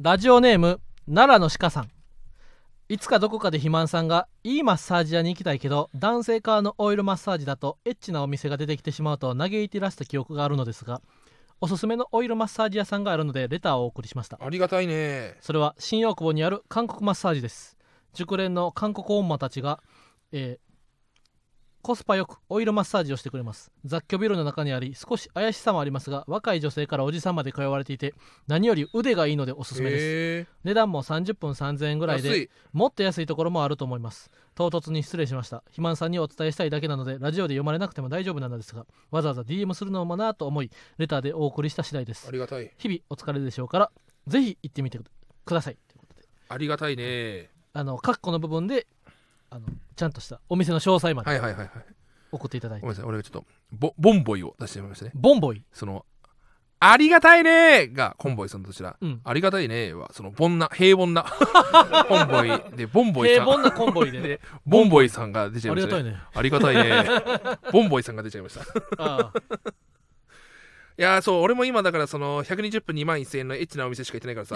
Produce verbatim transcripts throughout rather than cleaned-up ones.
ラジオネーム奈良の鹿さん。いつかどこかで肥満さんがいいマッサージ屋に行きたいけど男性側のオイルマッサージだとエッチなお店が出てきてしまうと嘆いていらした記憶があるのですが、おすすめのオイルマッサージ屋さんがあるのでレターをお送りしました。 ありがたいね。 それは新大久保にある韓国マッサージです。熟練の韓国女たちが、えーコスパよくオイルマッサージをしてくれます。雑居ビルの中にあり少し怪しさもありますが、若い女性からおじさんまで通われていて何より腕がいいのでおすすめです。値段もさんじゅっぷんさんぜんえんぐらいでもっと安いところもあると思います。唐突に失礼しました。肥満さんにお伝えしたいだけなのでラジオで読まれなくても大丈夫なのですが、わざわざ ディーエム するのもなと思いレターでお送りした次第です。 ありがたい。 日々お疲れでしょうからぜひ行ってみてくださいということで、 ありがたいね。 あの括弧の部分であのちゃんとしたお店の詳細まではいはいはいはい送っていただいて、 ごめんなさい、俺がちょっと ボ, ボンボイを出してみましたね。 ボンボイ、 そのありがたいねがコンボイさんとしたら、 うん、 ありがたいねはその凡な平凡なコンボイでボンボイさん、 平凡なコンボイでねボンボイさんが出ちゃいましたね。 ありがたいね。 ありがたいねボンボイさんが出ちゃいましたああいやー、そう俺も今だからそのひゃくにじゅっぷんにまんせんえんのエッチなお店しか行ってないからさ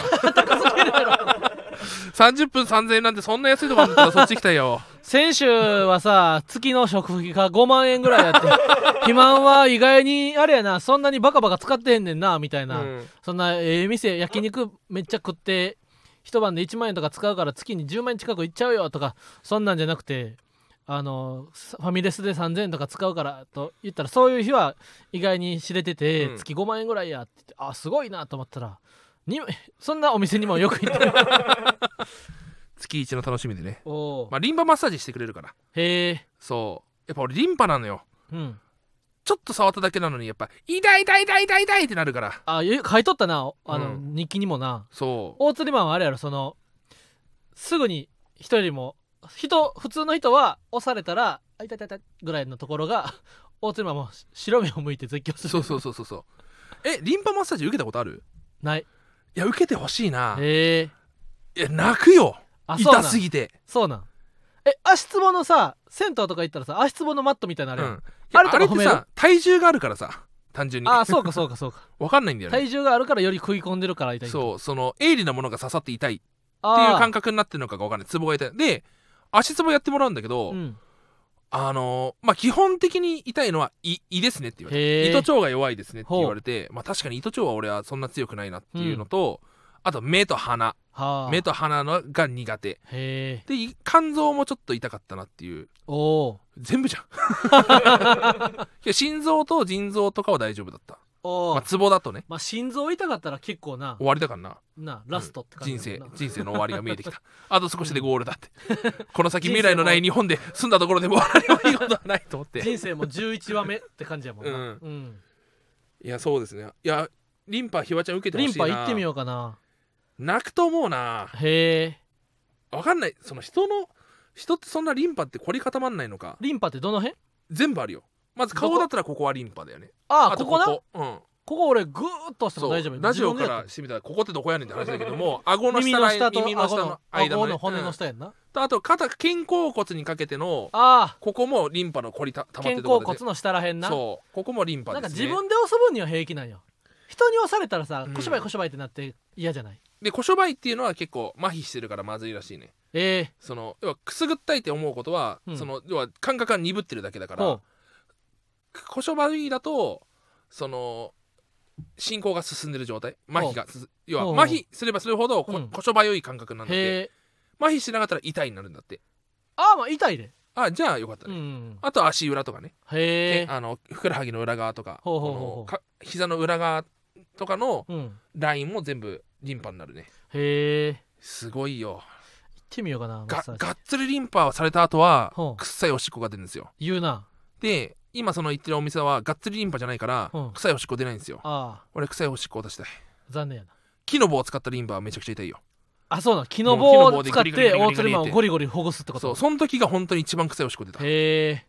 さんじゅっぷんさんぜんえんなんてそんな安いところだったらそっち行きたいよ。 先週はさ月の食費がごまんえんぐらいやって肥満は意外にあれやな、そんなにバカバカ使ってへんねんなみたいな、うん、そんなええ店焼肉めっちゃ食って一晩でいちまんえんとか使うから月にじゅうまんえん近くいっちゃうよとか、そんなんじゃなくて、あのファミレスでさんぜんえんとか使うからと言ったらそういう日は意外に知れてて、うん、月ごまんえんぐらいやって言って、あすごいなと思ったらにそんなお店にもよく行ってる月一の楽しみでね。 お、 まあ、リンパマッサージしてくれるから。 へえ。 そうやっぱ俺リンパなのよ、 うん、 ちょっと触っただけなのにやっぱ痛い痛い痛い痛い痛いってなるから。 あ書いとったなあの、うん、日記にもな。 そう大釣りマンはあれやろ、そのすぐに人よりも人普通の人は押されたらあ痛い痛い痛いぐらいのところが大釣りマンも白目を向いて絶叫する。 そうそうそうそうそうえリンパマッサージ受けたことある？ ない。 いや受けてほしいな。 へえ。いや泣くよ、痛すぎて。 そうなん。え足つぼのさ銭湯とか行ったらさ足つぼのマットみたいなのあるやん、うん、 あれとか褒める？あれってさ体重があるからさ単純に。 あそうかそうかそうか分かんないんだよね。 体重があるからより食い込んでるから痛い。 そうその鋭利なものが刺さって痛いっていう感覚になってるのかが分かんない。ツボが痛いで足つぼやってもらうんだけど、うん、あのー、まあ基本的に痛いのは胃胃ですねって言われて、胃と腸が弱いですねって言われて、まあ確かに胃と腸は俺はそんな強くないなっていうのと、うん、あと目と鼻、はあ、目と鼻のが苦手で肝臓もちょっと痛かったなっていう。 お全部じゃんいや心臓と腎臓とかは大丈夫だった。まあ、ツボだとね、 まあ、心臓痛かったら結構な終わりだからななラストって感じ、 うん、人生人生の終わりが見えてきたあと少しでゴールだってこの先未来のない日本で住んだところでも終わりはいいことはないと思って人生もじゅういちわめって感じやもんな、うんうん、 いやそうですね。いやリンパひわちゃん受けてほしいな。 リンパ行ってみようかな。 泣くと思うな。 へえ。 分かんない、その人の人ってそんなリンパって凝り固まんないのか。 リンパってどの辺？ 全部あるよ。まず顔だったらここはリンパだよね。 ああここな。 うんここ俺グーッとしても大丈夫。 ラジオからしてみたらここってどこやねんって話だけども顎の下ら耳の下と顎の骨の下やんな、うん、 あと肩肩甲骨にかけてのあここもリンパの凝りたたまってるところで、肩甲骨の下らへんな。 そうここもリンパですね。 なんか自分で押す分には平気なんよ。人に押されたらさ、うん、こしばいこしばいってなって嫌じゃない。 でこしょばいっていうのは結構麻痺してるからまずいらしいね。 えー、 その要はくすぐったいって思うことは、うん、その要は感覚が鈍ってるだけだからこしょばいだとその進行が進んでる状態、麻痺が要は麻痺すればするほど こ,、うん、こしょばよい感覚なんだって。麻痺しなかったら痛いになるんだって。 ああまあ痛いで。 あじゃあよかったね、うん、あと足裏とかね。 へえ。 あのふくらはぎの裏側とかほうほうほうほうか膝の裏側とかのラインも全部リンパになるね。 へえ。すごいよ。 行ってみようかな。 が, がっつりリンパをされた後はくっさいおしっこが出るんですよ。 言うな。 で今その行ってるお店はがっつりリンパじゃないから、うん、臭いおしっこ出ないんですよ。 ああ俺臭いおしっこを出したい。 残念やな。 木の棒を使ったリンパはめちゃくちゃ痛いよ。あそうな木の棒を使って大鶴マンをゴリゴリほぐすってこと。 そうその時が本当に一番臭いおしっこ出た。 へえ。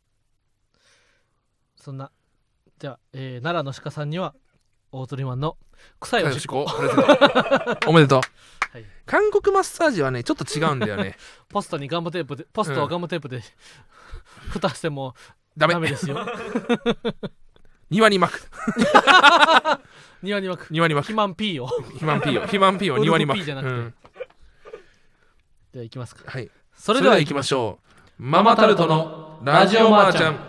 そんなじゃあ、えー、奈良の鹿さんには大鶴マンの臭いおしっこおめでとう、はい、韓国マッサージはねちょっと違うんだよねポストにガムテープでポストをガムテープで、うん、蓋してもダメですよ庭に巻く庭に巻く庭に巻く肥満 P を肥満 P を肥満 P を庭に巻く。 ウルフ P じゃなくて、 うん、 では行きますか。 はい、 それでは行きましょう。ママタルトのラジオマーちゃん。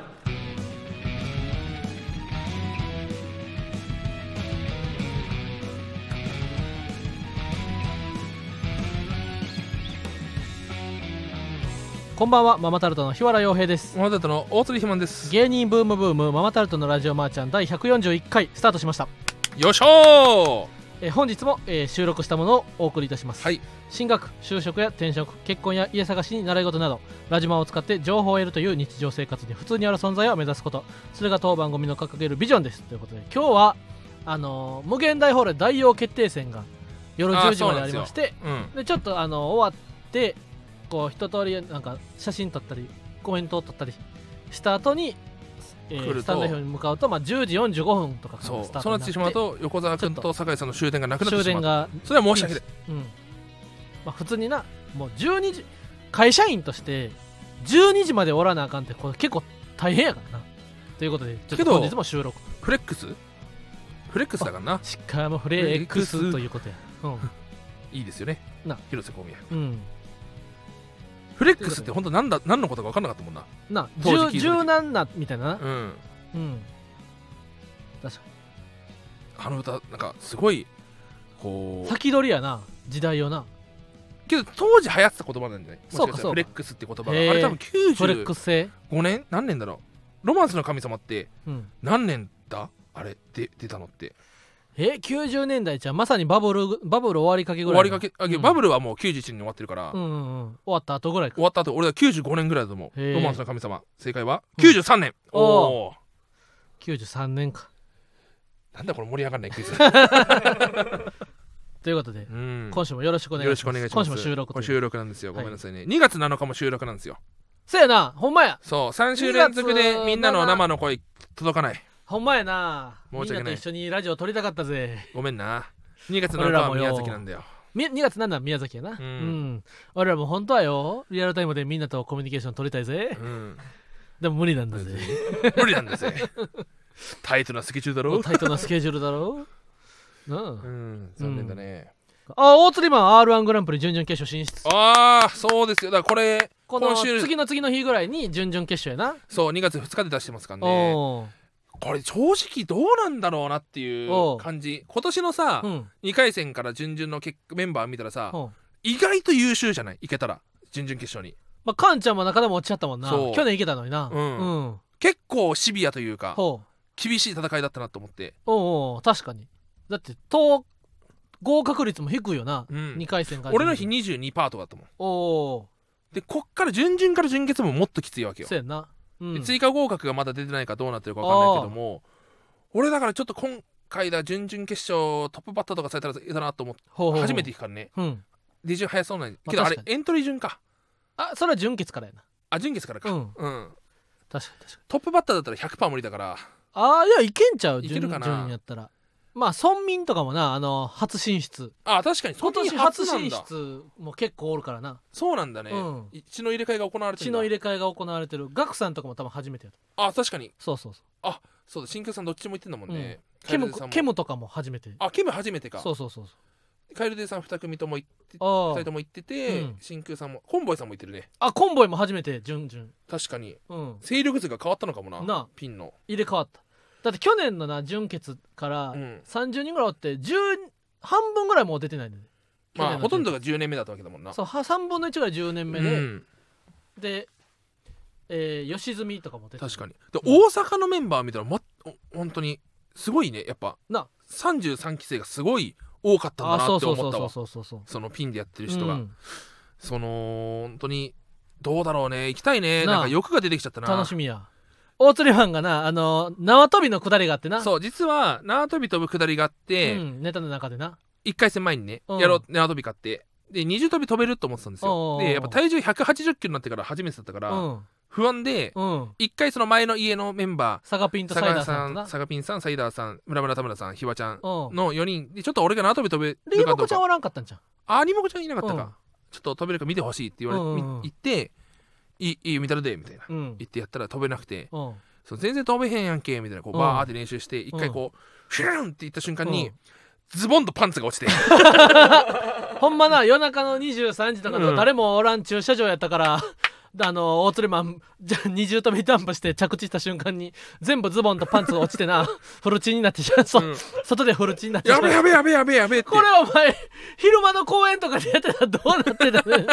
こんばんは、ママタルトの日原洋平です。 ママタルトの大鶴ひまんです。 芸人ブームブームママタルトのラジオマーちゃんだいひゃくよんじゅういっかいスタートしました。 よいしょー。 え本日も、えー収録したものをお送りいたします。 はい、 進学、就職や転職、結婚や家探しに習い事などラジマを使って情報を得るという日常生活に普通にある存在を目指すこと、それが当番組の掲げるビジョンです。ということで今日はあのー無限大ホール大王決定戦が夜じゅうじまでありまして、 うん、 でちょっとあの終わってこう一通りなんか写真撮ったりコメントを撮ったりした後に、えー、スタンド表に向かうと、まあ、じゅうじよんじゅうごふんとかからそうスタートそうなってしまうと横澤君と酒井さんの終電がなくなってしまう。 終電がそれは申し訳ない、 うんまあ、普通になもうじゅうにじ会社員としてじゅうにじまでおらなあかんってこれ結構大変やからな。ということでちょっと本日も収録フレックスフレックスだからな。 しかもフレックスということや、うん、 いいですよねな広瀬香美、 うん、 フレックスって本当なんだ何のことか分かんなかったもんな。 な柔柔軟なみたいなな。 うん、 うん、確かにあの歌なんかすごいこう先取りやな時代よな。 けど当時流行ってた言葉なんじゃない？ そうかそうかフレックスって言葉があれ多分きゅうじゅフレックス性うごねん何年だろう。ロマンスの神様ってうん何年だ、あれで出たのって。 えきゅうじゅうねんだいじゃんまさにバブルバブル終わりかけぐらい。 終わりかけあ、うん、バブルはもうきゅうじゅういちねんに終わってるから、 うんうんうん、終わった後ぐらいか。 終わった後俺はきゅうじゅうごねんぐらいだと思う。ロマンスの神様正解はきゅうじゅうさんねん、うん、おおきゅうじゅうさんねんか。 なんだこれ盛り上がんないクイズということで、うん、今週もよろしくお願いします。 いします。 今週も収録という収録なんですよ。ごめんなさいね、はい、にがつなのかも収録なんですよ。 そうやな、ほんまや。 そうさん週連続でみんなの生の声届かない。 ほんまやな。 申し訳ない。 みんなと一緒にラジオ撮りたかったぜ。 ごめんな。にがつなのかは宮崎なんだよ。 にがつなのかは宮崎やな、うんうん、俺らも本当はよリアルタイムでみんなとコミュニケーション取りたいぜ、うん、でも無理なんだぜ無理なんだぜタイトなスケジュールだろうタイトなスケジュールだろう、うん、 うん、残念だね、 うん、あ大釣りマン アールワン グランプリ準々決勝進出。 ああそうですよ。だからこれこの次の次の日ぐらいに準々決勝やな。 そうにがつふつかで出してますからね。これ正直どうなんだろうなっていう感じ。今年のさ、うん、にかい戦から準々のメンバー見たらさ、意外と優秀じゃない？いけたら準々決勝に。 まあカンちゃんも中でも落ちちゃったもんな。去年いけたのにな、 うんうん、結構シビアというか厳しい戦いだったなと思って。 おうおう確かに。だってと合格率も低いよな、うん、にかい戦から。 俺の日 にじゅうにパーセント だったもん。 おお。 でこっから準々から準決ももっときついわけよ。 そうやな、うん、 追加合格がまだ出てないかどうなってるか分かんないけども、俺だからちょっと今回だ準々決勝トップバッターとかされたらいいだなと思って初めて行くからね、うん、出順早そうなんけど、まあ、あれエントリー順か。 あそれは準決からやな。 あ準決からか、うん、うん、 確かに確かにトップバッターだったら ひゃくパーセント 無理だから。 あいやいけんちゃう。 いけるかな準々やったら。まあ村民とかもなあの初進出。 あ確かに今年初進出も結構おるからな。 そうなんだね、うん、血の入れ替えが行われてるんだ。 血の入れ替えが行われてる。ガクさんとかも多分初めてやと。 あ確かに。 そうそうそう。 あそうだ新旧さんどっちも行ってんだもんね、 うん、ケムケムとかも初めて。 あケム初めてか。 そうそうそうそう。 カエルデさんに組とも行ってふたりとも行ってて、うん、新旧さんもコンボイさんも行ってるね。 あコンボイも初めて準々。 確かに、 うん、 勢力図が変わったのかもな。 なピンの入れ替わった。だって去年のな準決からさんじゅうにんぐらいおってじゅう半分ぐらいもう出てないんだよね。 まあほとんどがじゅうねんめだったわけだもんな。 そうさんぶんのいちぐらいじゅうねんめで、うん、で、えー、吉住とかも出て確かに。で、うん、大阪のメンバー見たら、ま、本当にすごいね。やっぱなさんじゅうさんきせいがすごい多かったんだなって思ったわ。そのピンでやってる人が、うん、その本当にどうだろうね。行きたいね。なんか欲が出てきちゃったな。 楽しみや。大釣りファンがなあの縄跳びの下りがあってな。 そう実は縄跳び飛ぶ下りがあって、うん、 ネタの中でないっかい戦前にね、うん、やろう縄跳び買ってで二重跳び飛べると思ってたんですよ。でやっぱ体重ひゃくはちじゅっキロになってから初めてだったから、うん、不安で、うん、いっかいその前の家のメンバーサガピンとサイダーさんサガピンさんサイダーさん村村田村さんひわちゃんのよにんでちょっと俺が縄跳び飛べるかどうか。 リモコちゃんおらんかったんじゃん。 あリモコちゃんいなかったか、うん、ちょっと飛べるか見てほしいって言われて、うんうん、言っていいいいよ見たるでみたいな、うん、言ってやったら飛べなくて、うんそう全然飛べへんやんけみたいなこうバーって練習して一回こうフューンって言った瞬間に、うん、ズボンとパンツが落ちてほんまな、夜中のにじゅうさんじとかの誰もおらん駐車場やったから、うん、あの大釣りマンじゃ二重跳びダンプして着地した瞬間に全部ズボンとパンツが落ちてなフルチンになってしまう、うん、外でフルチンになってしまう。 やべやべやべやべやべって。 これお前昼間の公園とかでやってたらどうなってたね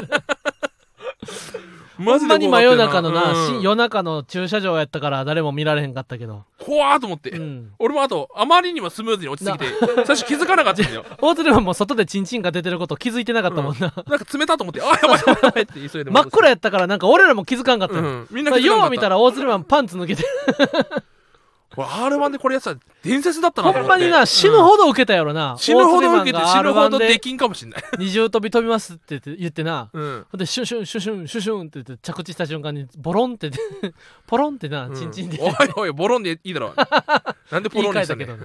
ほんまに真夜中のな、うん、夜中の駐車場やったから誰も見られへんかったけど怖ーと思って、うん、俺もあとあまりにもスムーズに落ちすぎて最初気づかなかったんだよ大鶴はもう外でチンチンが出てること気づいてなかったもんな、 うん、なんか冷たと思ってあやばいやばいやばいって急いで真っ暗やったからなんか俺らも気づかんかったよ、うん、 みんな気づかんかった。 よう見たら大鶴マンパンツ抜けてこれ アールワン でこれやってたら伝説だったなと思って。 ほんまにな死ぬほど受けたやろな、うん、 死ぬほど受けて死ぬほどできんかもしんない二重跳び飛びますって言ってな、 うん、 でシュンシュンシュンシュンシュンシュンって言って着地した瞬間にボロンってポロンってな、うん、チンチンでおいおいボロンでいいだろなんでポロンにしたんだよ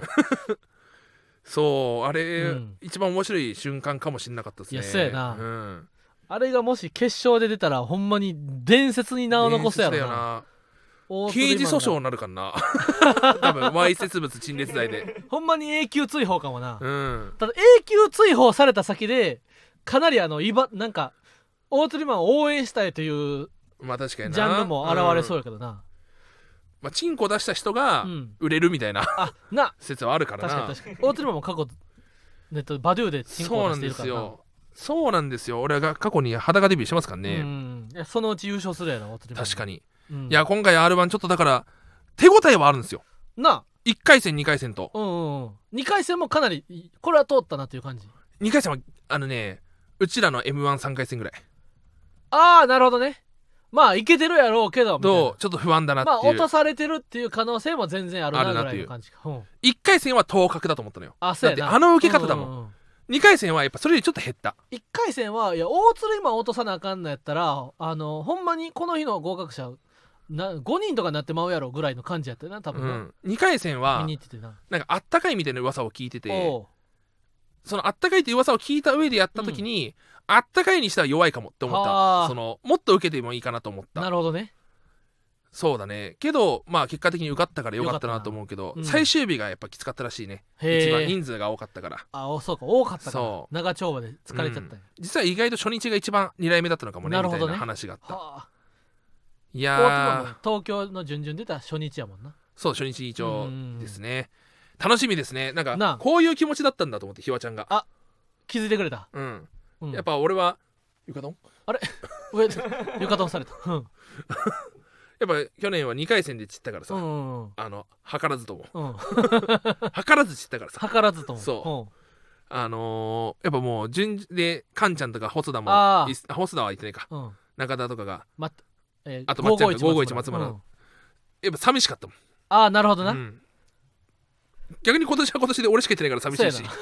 そうあれ、うん、一番面白い瞬間かもしんなかったですね。 いやそうやな、うん、あれがもし決勝で出たらほんまに伝説に名を残すやろな。 刑事訴訟になるかな多分わいせつ物陳列罪でほんまに永久追放かもな、 うん、 ただ永久追放された先でかなりあのいばなんか大釣りマンを応援したいというまあ確かになジャンルも現れそうやけどな、うん、 まあチンコ出した人が売れるみたいな、うん、 あな説はあるからな。 確かに確かに大釣りマンも過去ネットバドゥでチンコを出しているからな。 そうなんですよそうなんですよ。俺が過去に裸デビューしてますからね。 うん、いやそのうち優勝するやろ大釣りマン。 確かに、 うん、 いや今回 アールワン ちょっとだから手応えはあるんですよな。 いっかい戦にかい戦と、 うんうんうん、にかい戦もかなりこれは通ったなっていう感じ。 にかい戦はあのねうちらの エムワンさん 回戦ぐらい。 ああなるほどね。まあいけてるやろうけどどうちょっと不安だなっていう、 まあ落とされてるっていう可能性も全然あるなぐらいの感じか。うん、 いっかい戦は当確だと思ったのよ。 あそうやな。 だってあの受け方だもん、 うんうんうん、 にかい戦はやっぱそれよりちょっと減った。 いっかい戦はいや大鶴今落とさなあかんのやったらあのほんまにこの日の合格者なごにんとかになってまうやろぐらいの感じやったよな多分な、うん、 にかい戦は見に行っててな、 なんかあったかいみたいな噂を聞いててそのあったかいっていう噂を聞いた上でやった時に、うん、あったかいにしては弱いかもって思った。そのもっと受けてもいいかなと思った。 なるほどね。 そうだねけどまあ結果的に受かったからよかったなと思うけど、うん、最終日がやっぱきつかったらしいね。一番人数が多かったから。 あそうか多かったから長丁場で疲れちゃった、うん、 実は意外と初日が一番にだいめだったのかもねみたいな話があった。 はあ、 いやー東京の準々出た初日やもんな。 そう初日一応ですね。楽しみですね。なんかこういう気持ちだったんだと思ってひわちゃんがあ気づいてくれた、 うんうん、やっぱ俺はゆかとんあれ上ゆかとんされた、うん、 やっぱ去年はにかい戦で散ったからさ、 うんうん、 あの図らずとも、 うん、 図らず散ったからさ図らずともそう、うん、あのー、やっぱもう順でカンちゃんとか細田も細田は言ってないか、うん、中田とかが、 まえー、 あとまっちゃんがごーごーいち松村、うん、やっぱ寂しかったもん。 ああなるほどな、うん、 逆に今年は今年で俺しか言ってないから寂しいし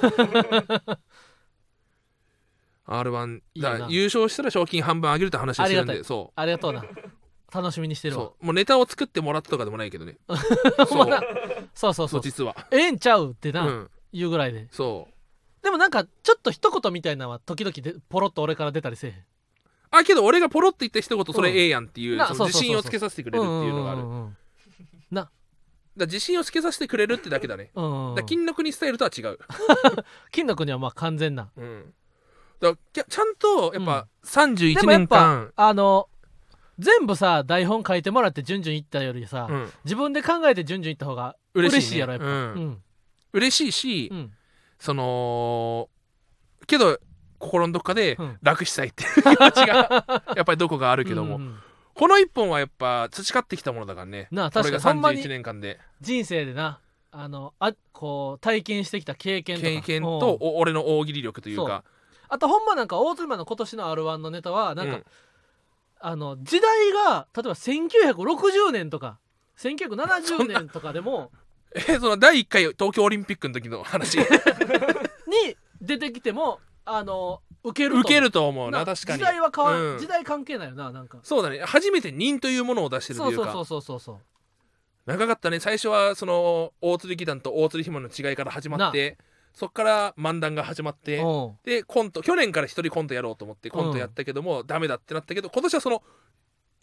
アールワン だから優勝したら賞金半分あげるって話してるんでそうありがとうな楽しみにしてるわ。 そうもうネタを作ってもらったとかでもないけどねそうそうそうそう実はええんちゃうってな、うん、言うぐらいで。 そうでもなんかちょっと一言みたいなのは時々でポロッと俺から出たりせえへん。 あけど俺がポロッと言った一言それええやんっていう、うん、その自信をつけさせてくれるっていうのがあるな。 だ自信をつけさせてくれるってだけだね。うんうん、だ金の国スタイルとは違う金の国はまあ完全な、 うん、だちゃんとやっぱさんじゅういちねんかん、うん、 あの全部さ台本書いてもらって順々いったよりさ、うん、自分で考えて順々いった方が嬉しいやろやっぱ、うんうん、 嬉しいし、うん、そのけど心のどっかで楽したいっていう気持ちがやっぱりどこかあるけども、うんうん、この一本はやっぱ培ってきたものだからね。 なあ確かにこれがさんじゅういちねんかんで人生でなあのあこう体験してきた経験とか経験と俺の大喜利力というか、 あとほんまなんか大鶴マンの今年の アールワン のネタはなんか、うん、あの時代が例えばせんきゅうひゃくろくじゅうねんとかせんきゅうひゃくななじゅうねんとかでもえそのだいいっかい東京オリンピックの時の話に出てきてもあの受けると思う。 受けると思うな。確かに時代は変わる、うん、時代関係ないよな。なんかそうだね初めて人というものを出してるというかそうそうそうそうそう長かったね。最初はその大鶴劇団と大鶴ひまの違いから始まってそっから漫談が始まってでコント去年から一人コントやろうと思ってコントやったけどもダメだってなったけど今年はその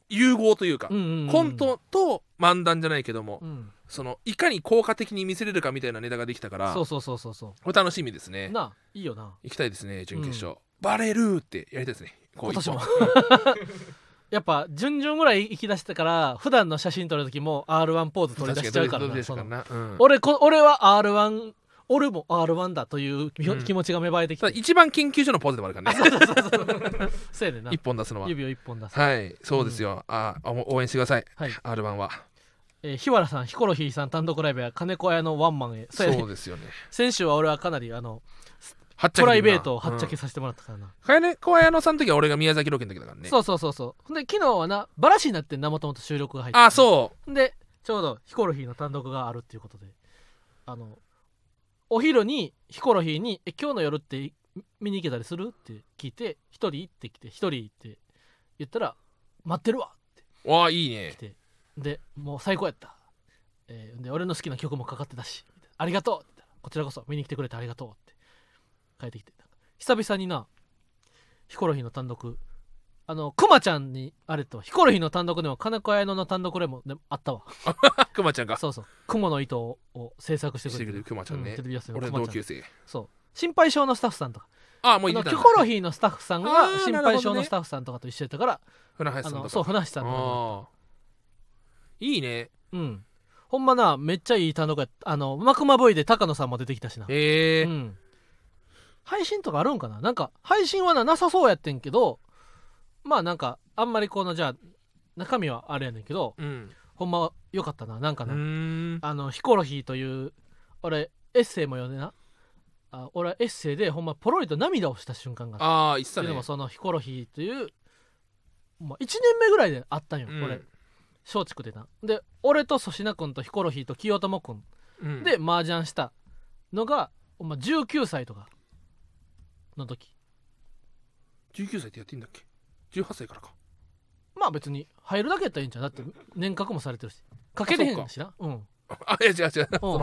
融合というか、 うんうんうん、 コントと漫談じゃないけども、 うん、 そのいかに効果的に見せれるかみたいなネタができたから、 そうそうそうそうそう、 これ楽しみですね。 ないいよな。 行きたいですね準決勝、うん、バレるってやりたいですね今年もやっぱ準々ぐらい行き出してから普段の写真撮る時も アールワン ポーズ取り出しちゃうからな、その、うん、俺, こ俺は アールワン 俺も アールワン だという、うん、気持ちが芽生えてきて、 一番研究所のポーズでもあるからね。そうそうそうそうやねんな、 一本出すのは指を一本出す、 はいそうですよ、うん、あ応援してください、はい、アールワン は、 えー、日原さんヒコロヒーさん単独ライブや金子屋のワンマンへ、 そうですよね。 先週は俺はかなりあのプライベートをはっちゃけさせてもらったからな。 金子屋のさんの時は俺が宮崎ロケの時だからね。 そうそうそうそう。で昨日はなバラシになってんな、もともと収録が入って、 あそうでちょうどヒコロヒーの単独があるっていうことで、あのお昼にヒコロヒーにえ今日の夜って見に行けたりするって聞いて、一人って来て、一人って言ったら待ってるわってわあいいね来て、でもう最高やった、えー、で俺の好きな曲もかかってたしありがとうって、こちらこそ見に来てくれてありがとうって帰ってきて、久々になヒコロヒーの単独、あのクマちゃんにあれとヒコロヒーの単独でも金子綾乃の単独でもでもあったわクマちゃんがそうそう、雲の糸を制作してくれてるクマちゃんね、 うん、テレビ朝日の俺の同級生、 そう心配性のスタッフさんとか、 あもういいヒコロヒーのスタッフさんが心配性のスタッフさんとかと一緒やったから、 船橋さんとか、 そう船橋さんとかいいね、 うんほんまなめっちゃいい単独やった。あのマクマ V で高野さんも出てきたしな。 へえ、 うん、配信とかあるんかな、なんか配信は な, なさそうやってんけど、まあなんかあんまりこのじゃあ中身はあれやねんけど、 うん、 ほんまよかったな、なんかな、あのヒコロヒーという俺エッセイも読んでな、あ俺はエッセイでほんまポロリと涙をした瞬間があった。 ああ言ってたね。 でもそのヒコロヒーという、まあ、いちねんめぐらいであったんよ、うん、俺松竹でな。で俺と粗品君とヒコロヒーと清友君で麻雀したのが、ほんまじゅうきゅうさいとかの時。 じゅうきゅうさいってやっていいんだっけ。じゅうはっさいからか。 まあ別に入るだけやったらいいんちゃう。だって年額もされてるしかけてへんしな。うんあいや違う違う、うん、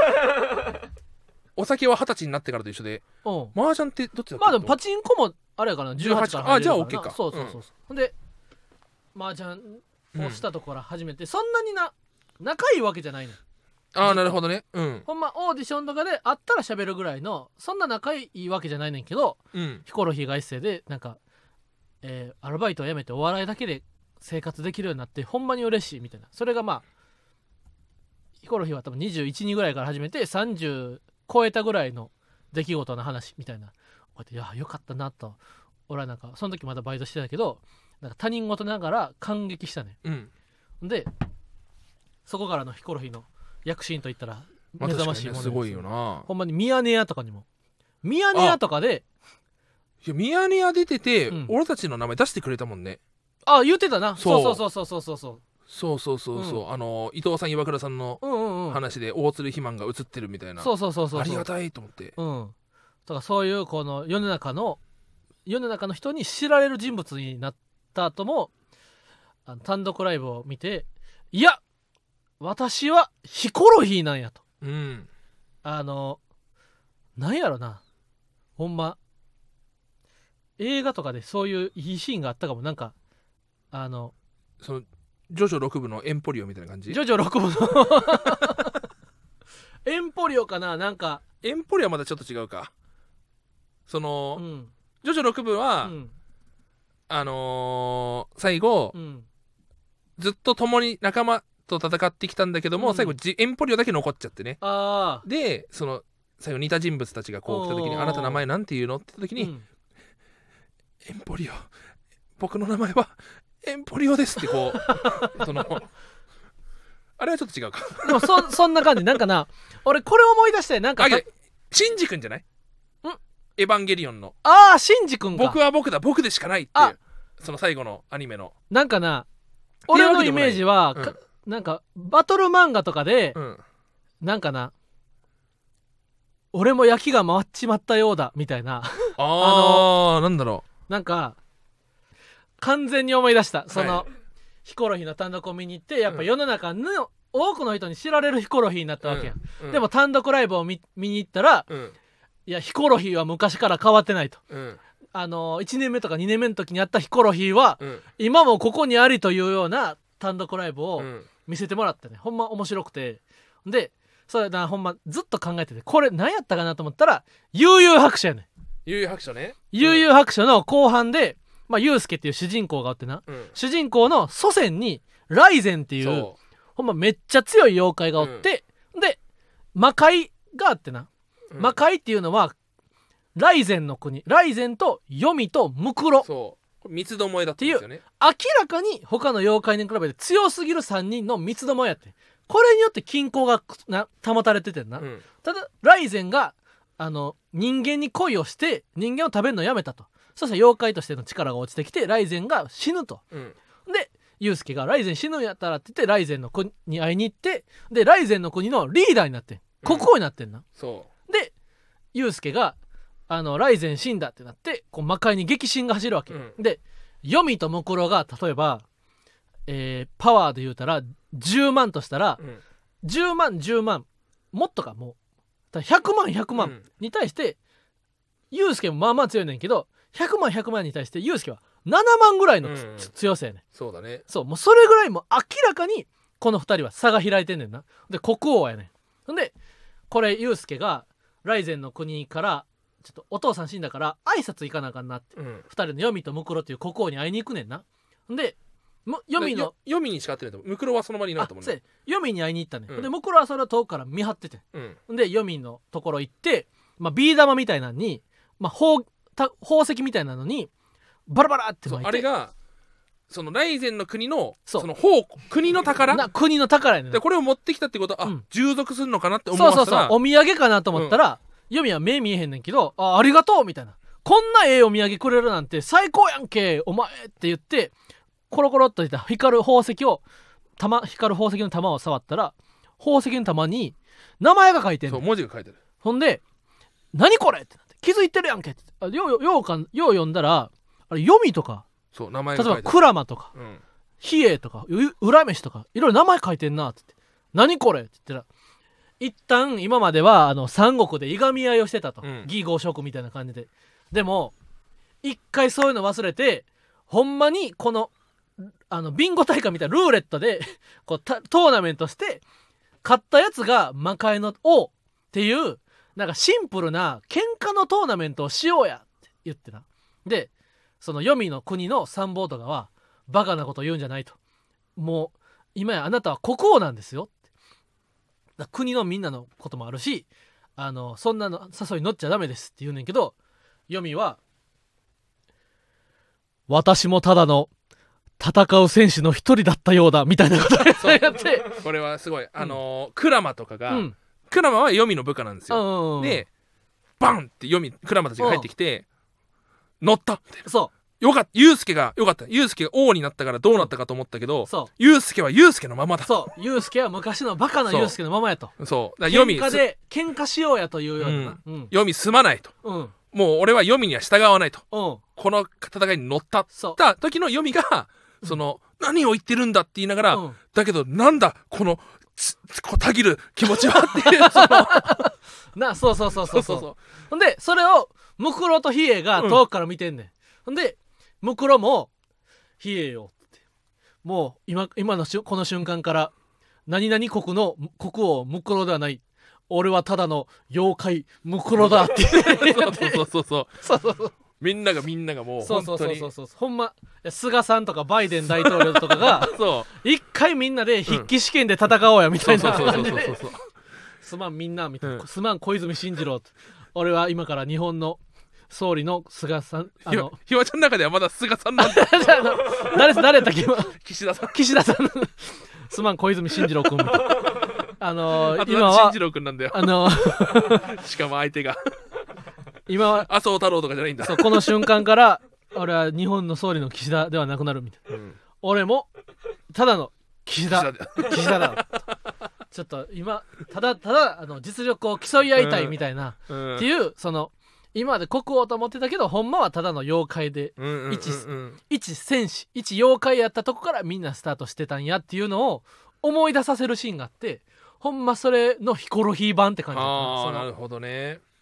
お酒は二十歳になってからと一緒で、麻雀ってどっちだっけ。 まあでもパチンコもあれやからな、じゅうはちから入れるからな。 あじゃあ OK か。 そうそうそうそう、うん、で麻雀をしたところから始めて、うん、そんなにな仲いいわけじゃないの。 ああなるほどね、うん、 ほんまオーディションとかで会ったら喋るぐらいの、そんな仲いいわけじゃないねんけど、 うん、 ヒコロヒーが一斉でなんか、えー、アルバイトを辞めてお笑いだけで生活できるようになってほんまに嬉しいみたいな。それがまあヒコロヒーは多分にじゅういち、にぐらいから始めてさんじゅう超えたぐらいの出来事の話みたいな。こうやっていやよかったなと、俺はなんかその時まだバイトしてたけど、なんか他人事ながら感激したね、 うん、 でそこからのヒコロヒーの躍進といったら目覚ましいものです、 まあ、すごいよな。 ほんまにミヤネ屋とかにもミヤネ屋とかで、 いやミヤネ屋出てて、うん、俺たちの名前出してくれたもんね。 あ言ってたな。そうそうそうそうそうそうそうそうそうそう、うん、あの伊藤さん岩倉さんの話で大鶴肥満が映ってるみたいな、 そうそうそうそう、 ありがたいと思って、 うん、だからそういうこの世の中の世の中の人に知られる人物になった後も、あの単独ライブを見て、いや私はヒコロヒーなんやと、 うん、 あのなんやろな、ほんま映画とかでそういういいシーンがあったかも。なんかあのそのジョジョろく部のエンポリオみたいな感じ。 ジョジョろく部のエンポリオかな。なんかエンポリオはまだちょっと違うか。その、 うん、 ジョジョろく部は、うん、あのー、最後、うん、ずっと共に仲間と戦ってきたんだけども、うん、最後エンポリオだけ残っちゃってね。 あでその最後似た人物たちがこう来た時に、あなた名前なんて言うのって言った時に、うん、エンポリオ僕の名前はエンポリオですってこうそのあれはちょっと違うか。 でも そ, そんな感じ。なんかな俺これ思い出して、なんかあシンジ君じゃない？んエヴァンゲリオンの、 ああシンジ君か。 僕は僕だ僕でしかないっていう、その最後のアニメのなんかな、俺のイメージは、うん、なんかバトル漫画とかで、うん、なんかな俺も焼きが回っちまったようだみたいなああのなんだろう、なんか完全に思い出した。その、はい、ヒコロヒーの単独を見に行って、やっぱ世の中の多くの人に知られるヒコロヒーになったわけや、うんうん、でも単独ライブを 見, 見に行ったら、うん、いやヒコロヒーは昔から変わってないと、 うん、 あのいちねんめとかにねんめの時にやったヒコロヒーは、 うん、 今もここにありというような単独ライブをうん見せてもらってね、ほんま面白くて、でそれなほんまずっと考えてて、これ何やったかなと思ったら悠々白書やねん。 悠々白書ね。 悠々白書の後半で、まあ、ユウスケっていう主人公がおってな、 うん、 主人公の祖先にライゼンっていうほんまめっちゃ強い妖怪がおって、うん、で魔界があってな、うん、魔界っていうのはライゼンの国、ライゼンとヨミとムクロ、 そう三つどもえだったんですよね。 明らかに他の妖怪に比べて強すぎるさんにんの三つどもえやって、これによって均衡がな保たれててんな、うん、ただライゼンがあの人間に恋をして人間を食べるのをやめたと、そしたら妖怪としての力が落ちてきてライゼンが死ぬと、うん、でユウスケがライゼン死ぬんやったらって言ってライゼンの国に会いに行って、でライゼンの国のリーダーになってん、国王になってんな、うん、そうでユウスケがあのライゼン死んだってなってこう魔界に激震が走るわけ、うん、でヨミとムクロが例えば、えー、パワーで言うたらじゅうまんとしたら、うん、じゅうまんじゅうまんもっとか、もうひゃくまんひゃくまんに対して、うん、ユウスケもまあまあ強いねんけどひゃくまんひゃくまんに対してユウスケはななまんぐらいの、うん、強さやねん。 そうだね。 そうもうそれぐらいもう明らかにこのふたりは差が開いてんねんな。で国王やねん。でこれユウスケがライゼンの国からちょっとお父さん死んだから挨拶行かなあかんなって、うん、ふたりのヨミとムクロっていう国王に会いに行くねんな。でヨミのヨミにしか会ってないとムクロはその場にいないと思うね。 ヨミに会いに行ったね、うん、でムクロはそれを遠くから見張ってて、うん、でヨミのところ行って、まあ、ビー玉みたいなのに、まあ、宝, 宝石みたいなのにバラバラって巻いて、 あれがそのライゼンの国のその宝国の宝な国の宝やねん。 でこれを持ってきたってことは、うん、あ従属するのかなって思わせたら、 そうそうそうお土産かなと思ったら、うん、ヨミは目見えへんねんけど あ, ありがとうみたいな、こんなええお土産くれるなんて最高やんけお前って言ってコロコロっといた光る宝石を玉光る宝石の玉を触ったら宝石の玉に名前が書いてんの。 そう文字が書いてる。 ほんで何これってなって気づいてるやんけってようようようかよう読んだらあれヨミとかそう名前が書いてる。 例えばクラマとか、うん、ヒエとか裏飯とかいろいろ名前書いてんなってって何これって言ったら一旦今まではあの三国でいがみ合いをしてたと、うん、義豪諸みたいな感じで、でも一回そういうの忘れてほんまにこのあのビンゴ大会みたいなルーレットでこうトーナメントして勝ったやつが魔界の王っていうなんかシンプルな喧嘩のトーナメントをしようやって言ってな。でその黄泉の国の参謀とかはバカなこと言うんじゃないと、もう今やあなたは国王なんですよって、だ国のみんなのこともあるしあのそんなの誘い乗っちゃダメですって言うねんけど、黄泉は私もただの戦う選手の一人だったようだみたいなことをやってこれはすごいあのーうん、クラマとかが、うん、クラマは黄泉の部下なんですよ、うんうん、でバンって黄泉クラマたちが入ってきて乗ったみたいな。そうよかったユウスケがよかったユウスケが王になったからどうなったかと思ったけど、ユウスケはユウスケのままだ。 そうユウスケは昔のバカなユウスケのままやと。 そうだから喧嘩で喧嘩しようやというような、うんうん、黄泉すまないと、うん、もう俺は黄泉には従わないと、うん、この戦いに乗ったった時の黄泉がその、うん、何を言ってるんだって言いながら、うん、だけどなんだこのこたぎる気持ちはっていうそのなそうそうそうそうそうほんでそれをムクロとヒエが遠くから見てんねん、うん、ほんでムクロもヒエよってもう 今, 今のこの瞬間から何々国の国王ムクロではない俺はただの妖怪ムクロだってそうそうそうそうそうそうそうみんながみんながもう本当にそうそうそうそうほんま菅さんとかバイデン大統領とかが一回みんなで筆記試験で戦おうやみたいな感じですまんみんなみたいな、うん、すまん小泉進次郎俺は今から日本の総理の菅さんあのひわちゃんの中ではまだ菅さんなんだ誰誰やったっけ今岸田さん岸田さんすまん小泉進次郎君みたいなあのー、 あと今は進次郎君なんだよあのー、しかも相手が今は麻生太郎とかじゃないんだ。 そうこの瞬間から俺は日本の総理の岸田ではなくなるみたいな、うん、俺もただの岸田岸田だちょっと今ただただあの実力を競い合いたいみたいな、うん、っていうその今まで国王と思ってたけどほんまはただの妖怪で、うんうんうんうん、一, 一戦士一妖怪やったとこからみんなスタートしてたんやっていうのを思い出させるシーンがあってほんまそれのヒコロヒー版って感じだった。 ああなるほどね。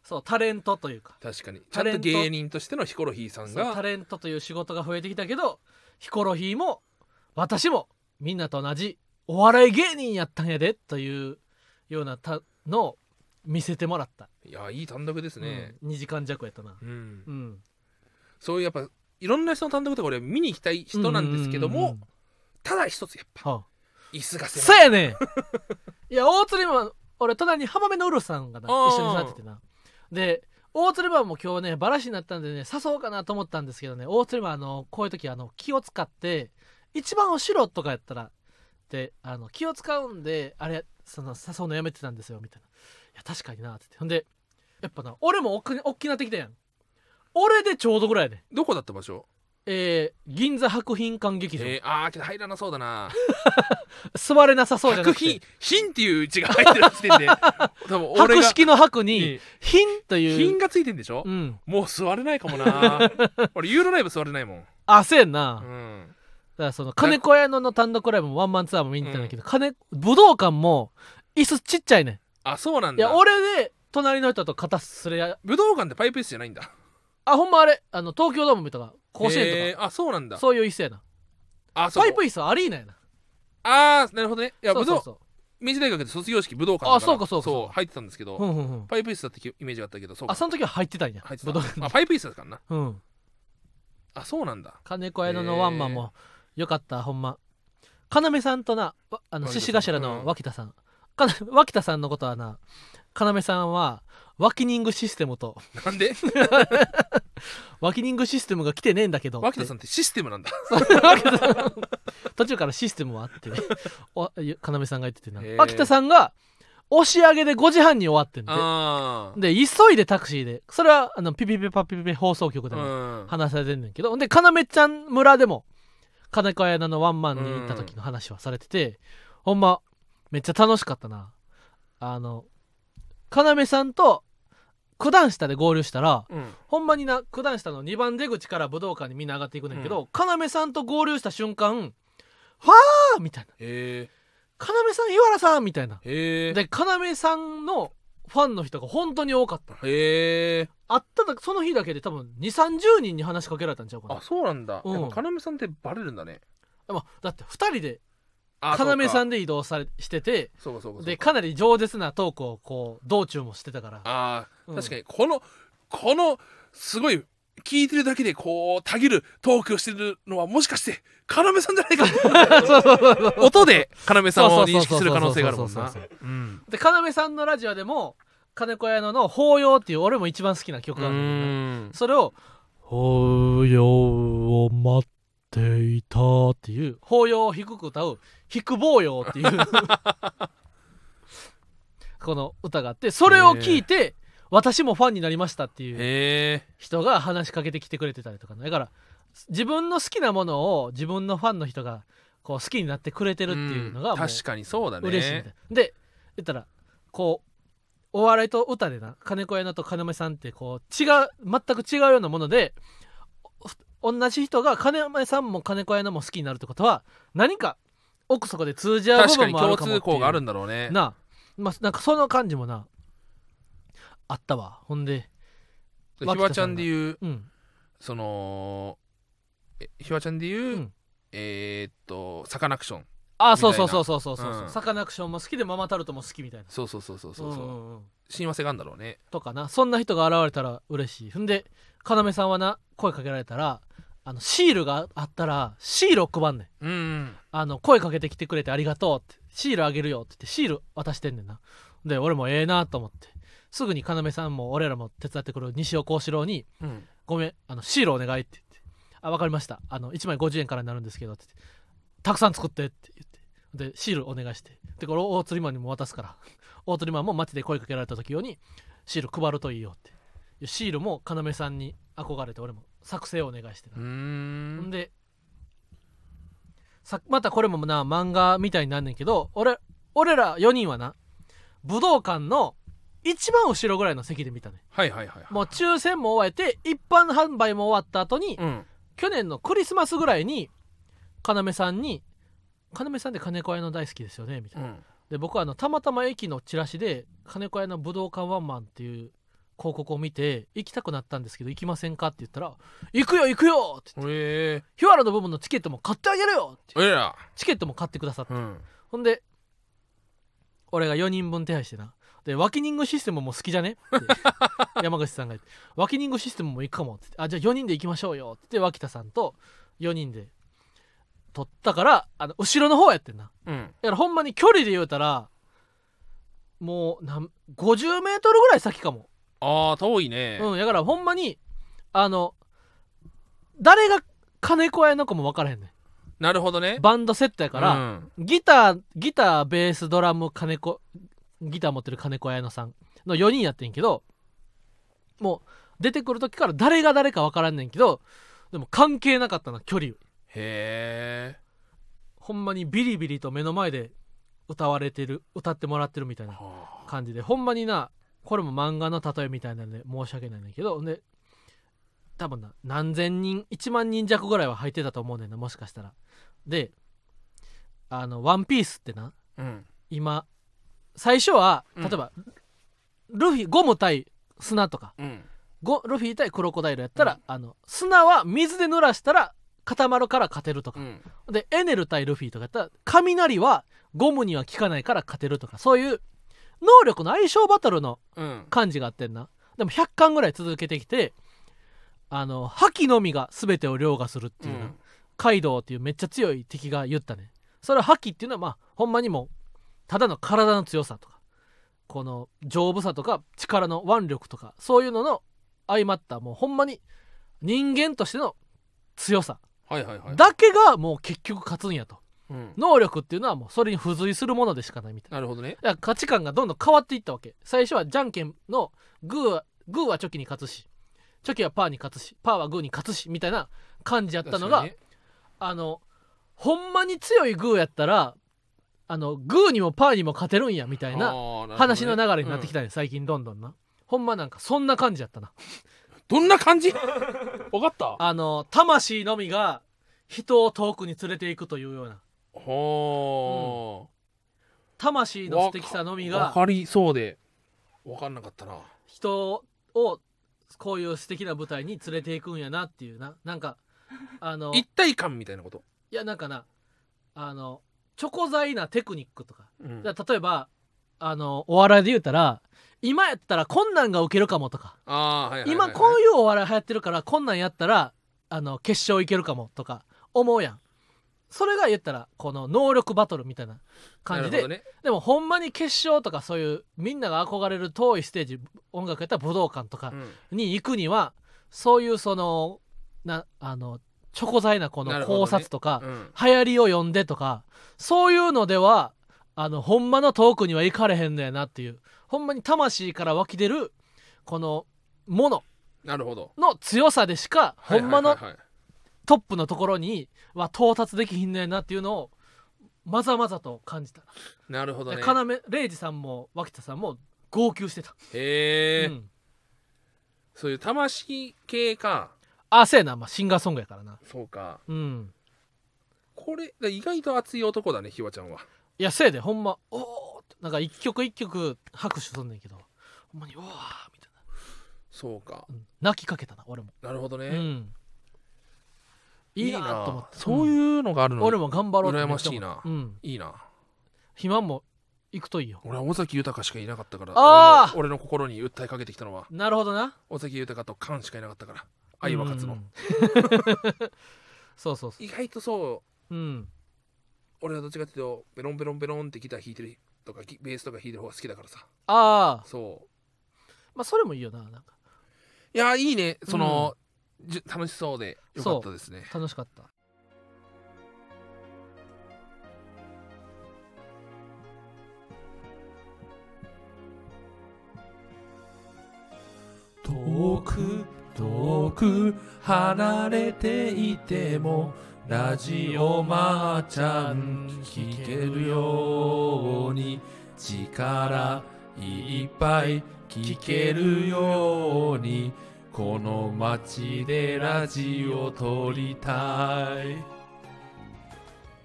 そうタレントというか確かにちゃんと芸人としてのヒコロヒーさんがタレントという仕事が増えてきたけどヒコロヒーも私もみんなと同じお笑い芸人やったんやでというようなたのを見せてもらった。 いやいい単独ですね、 うん、にじかん弱やったな、 うんうん、 そういうやっぱいろんな人の単独とか俺見に行きたい人なんですけども、うんうんうん、ただ一つやっぱ、はあ、椅子が狭い。 そうやねいや大鶴マン俺隣に浜辺のウルさんがな一緒になっててなで大鶴マンも今日ねバラシになったんでね誘おうかなと思ったんですけどね大鶴マンあのこういう時あの気を使って一番後ろとかやったらであの気を使うんであれその誘うのやめてたんですよみたいな。いや確かになってほんでやっぱな俺もおっきおっきなってきたやん。俺でちょうどぐらいでどこだった場所？ えー、銀座博品館劇場、 えー、あーけど入らなそうだな座れなさそうじゃなくて博品品っていう字が入ってる時点で多分俺が博識の博に品という品がついてんでしょ、うん、もう座れないかもな俺ユーロライブ座れないもん。 あせやんな、 うん、 だからその金子屋の単独ライブもワンマンツアーも見に行ったんだけど、うん、金武道館も椅子ちっちゃいねん。 あそうなんだ。 いや俺で隣の人と肩すれや武道館ってパイプ椅子じゃないんだ。 あほんまあれあの東京ドームとか甲子園とか、 あそうなんだ。 そういう椅子やな。あそうパイプ椅子はアリーナやな。 あーなるほどね。いやそうそうそう明治大学で卒業式武道館だからあそうかそうかそう入ってたんですけど、うんうんうん、パイプ椅子だってイメージがあったけどそうかあその時は入ってたんや。 入ってたあパイプ椅子だからな、うん、あそうなんだ。 金子屋のワンマンもよかったほんま。要さんとなあの獅子頭の脇田さん、うん、脇田さんのことはな要さんはワキニングシステムとなんでワキニングシステムが来てねえんだけど脇田さんってシステムなんだ途中からシステムはあってお要さんが言っててな脇田さんが押し上げでごじはんに終わってんでで急いでタクシーでそれはあのピピピパピピピ放送局でも話されてんねんけどで要ちゃん村でも金子屋のワンマンに行った時の話はされててほんまめっちゃ楽しかったな。あの要さんと九段下で合流したら、うん、ほんまにな九段下のにばん出口から武道館にみんな上がっていくねんけど、うん、要さんと合流した瞬間ファーみたいなへ要さん岩原さんみたいなへで要さんのファンの人が本当に多かった。 へあっただその日だけで多分にじゅうさんじゅうにんに話しかけられたんちゃうかな。 あそうなんだ、うん、やっぱ要さんってバレるんだね。 だってふたりで要さんで移動されしててそうかそうかそうかでかなり饒舌なトークをこう道中もしてたから。 あ、うん、確かにこのこのすごい聞いてるだけでこうたぎるトークをしてるのはもしかして要さんじゃないかそうそうそうそう音で要さんを認識する可能性があるもんな。 で要さんのラジオでも金子屋のの法要っていう俺も一番好きな曲があるんだけどそれを法要を待っていたっていう法要を低く歌う低く坊謡っていうこの歌があってそれを聞いて私もファンになりましたっていう人が話しかけてきてくれてたりとかだから自分の好きなものを自分のファンの人がこう好きになってくれてるっていうのがもう確かにそうだね嬉しいみたいな。で言ったらこうお笑いと歌でな金子屋のと要さんってこう違う全く違うようなもので同じ人が要さんも金子屋のも好きになるってことは何か奥底で通じ合う部分もあるかもっていう確かに共通項があるんだろうねな、まあ、なんかその感じもなあったわ。ほんでひわちゃんで言う、 うん、 そのひわちゃんで言う、うん、えー、っとサカナクションあそうそうそうそうそうそう、うん、サカナクションも好きでママタルトも好きみたいなそうそうそうそうそう、うんうんうん、親和性があるんだろうねとかな。そんな人が現れたら嬉しい。んで要さんはな声かけられたらあのシールがあったらシールを配んねん、 うんうん、 あの声かけてきてくれてありがとうってシールあげるよって言ってシール渡してんねんな。で俺もええなと思ってすぐに要さんも俺らも手伝ってくる西尾幸四郎に、うん、ごめんあのシールお願いって言ってあ分かりましたあのいちまいごじゅうえんからになるんですけどって言ってたくさん作ってって言ってでシールお願いしてでこれ大釣りマンにも渡すから大釣りマンも街で声かけられた時用にシール配るといいよってシールも要さんに憧れて俺も作成をお願いしてな。 うーんでさまたこれもな漫画みたいになんねんけど 俺, 俺らよにんはな武道館の一番後ろぐらいの席で見たね。 はいはいはい、はい、 もう抽選も終えて一般販売も終わった後に、うん、去年のクリスマスぐらいに要さんに要さんって金子屋の大好きですよねみたいな、うん、で僕はあのたまたま駅のチラシで金子屋の武道館ワンマンっていう広告を見て行きたくなったんですけど行きませんかって言ったら行くよ行くよって言って、 えー、 日原の部分のチケットも買ってあげるよってえらチケットも買ってくださって、 うん、 ほんで俺がよにんぶん手配してなでワキニングシステムも好きじゃねって山口さんが言ってワキニングシステムも行くかもってあじゃあよにんで行きましょうよって脇田さんとよにんで撮ったからあの後ろの方やってんな、 うん、 だからほんまに距離で言うたらもうなんごじゅうメートルぐらい先かも。 あー遠いね。 うんだからほんまにあの誰が金子屋の子も分からへんねん。 なるほどね。 バンドセットやから、うん、ギターギターベースドラム金子ギター持ってる金子綾乃さんのよにんやってんけどもう出てくる時から誰が誰か分からんねんけどでも関係なかったな距離。 へえ。 ほんまにビリビリと目の前で歌われてる歌ってもらってるみたいな感じでほんまになこれも漫画の例えみたいなんで申し訳ないんだけどで多分な何千人いちまんにん弱ぐらいは入ってたと思うねんなもしかしたら。であのワンピースってな、うん、今最初は例えば、うん、ルフィゴム対砂とか、うん、ゴルフィ対クロコダイルやったら、うん、あの砂は水で濡らしたら固まるから勝てるとか、うん、でエネル対ルフィとかやったら雷はゴムには効かないから勝てるとかそういう能力の相性バトルの感じがあってんな、うん、でもひゃっかんぐらい続けてきてあの覇気のみが全てを凌駕するっていうな、うん、カイドウっていうめっちゃ強い敵が言ったね。それは覇気っていうのはまあほんまにもうただの体の強さとかこの丈夫さとか力の腕力とかそういうのの相まったもうほんまに人間としての強さだけがもう結局勝つんやと、うん、能力っていうのはもうそれに付随するものでしかないみたいな。 なるほどね。 だから価値観がどんどん変わっていったわけ。最初はじゃんけんのグーはグーはチョキに勝つしチョキはパーに勝つしパーはグーに勝つしみたいな感じやったのが、ね、あのほんまに強いグーやったらあのグーにもパーにも勝てるんやみたいな話の流れになってきたね、うん、最近どんどんなほんまなんかそんな感じやったな。 どんな感じ分かった。 あの魂のみが人を遠くに連れていくというようなほー、うん、 魂の素敵さのみが分かりそうで分かんなかったな。 人をこういう素敵な舞台に連れていくんやなっていうななんかあの一体感みたいなこと。 いやなんかなあのチョコ材なテクニックとか、うん、例えばあのお笑いで言うたら今やったらこんなんがウケるかもとか、 あ、はいはいはいはい、 今こういうお笑い流行ってるからこんなんやったらあの決勝いけるかもとか思うやん。それが言ったらこの能力バトルみたいな感じで、ね、でもほんまに決勝とかそういうみんなが憧れる遠いステージ音楽やったら武道館とかに行くには、うん、そういうそのなあのチョコ材なこの考察とか、ね、うん、流行りを読んでとかそういうのではあのほんまの遠くには行かれへんのやなっていうほんまに魂から湧き出るこのものの強さでしかほんまのトップのところには到達できひんのやなっていうのをまざまざと感じた。 なるほどね。 要礼二さんも脇田さんも号泣してた。 へえ、うん、そういう魂系か。 あ、そうやな、まあ、シンガーソングやからな。 そうか、 うん、 これ意外と熱い男だねひわちゃんは。 いやせいでほんまおおなんか一曲一曲拍手すんねんけどほんまにうわーみたいな。 そうか、 うん、泣きかけたな俺も。 なるほどね、 うん、いいなと思って。 そういうのがあるの、 うん、俺も頑張ろうって羨ましいな、 うん、 いいな。 暇も行くといいよ。 俺は尾崎豊しかいなかったから。 あ俺の、俺の心に訴えかけてきたのはなるほどな尾崎豊と菅しかいなかったから愛は勝つの、うん、 そうそうそう意外とそう、 うん、 俺はどっちかっていうとベロンベロンベロンってギター弾いてるとかベースとか弾いてる方が好きだからさ。 ああそうまあそれもいいよな。なんかいやいいねその、うん、じ楽しそうでよかったですね。 楽しかった。 遠く遠く離れていてもラジオまーちゃん聞けるように力いっぱい聞けるようにこの街でラジオ撮りたい。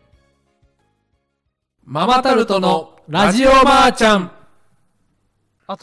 ママタルトのラジオまーちゃん。 あと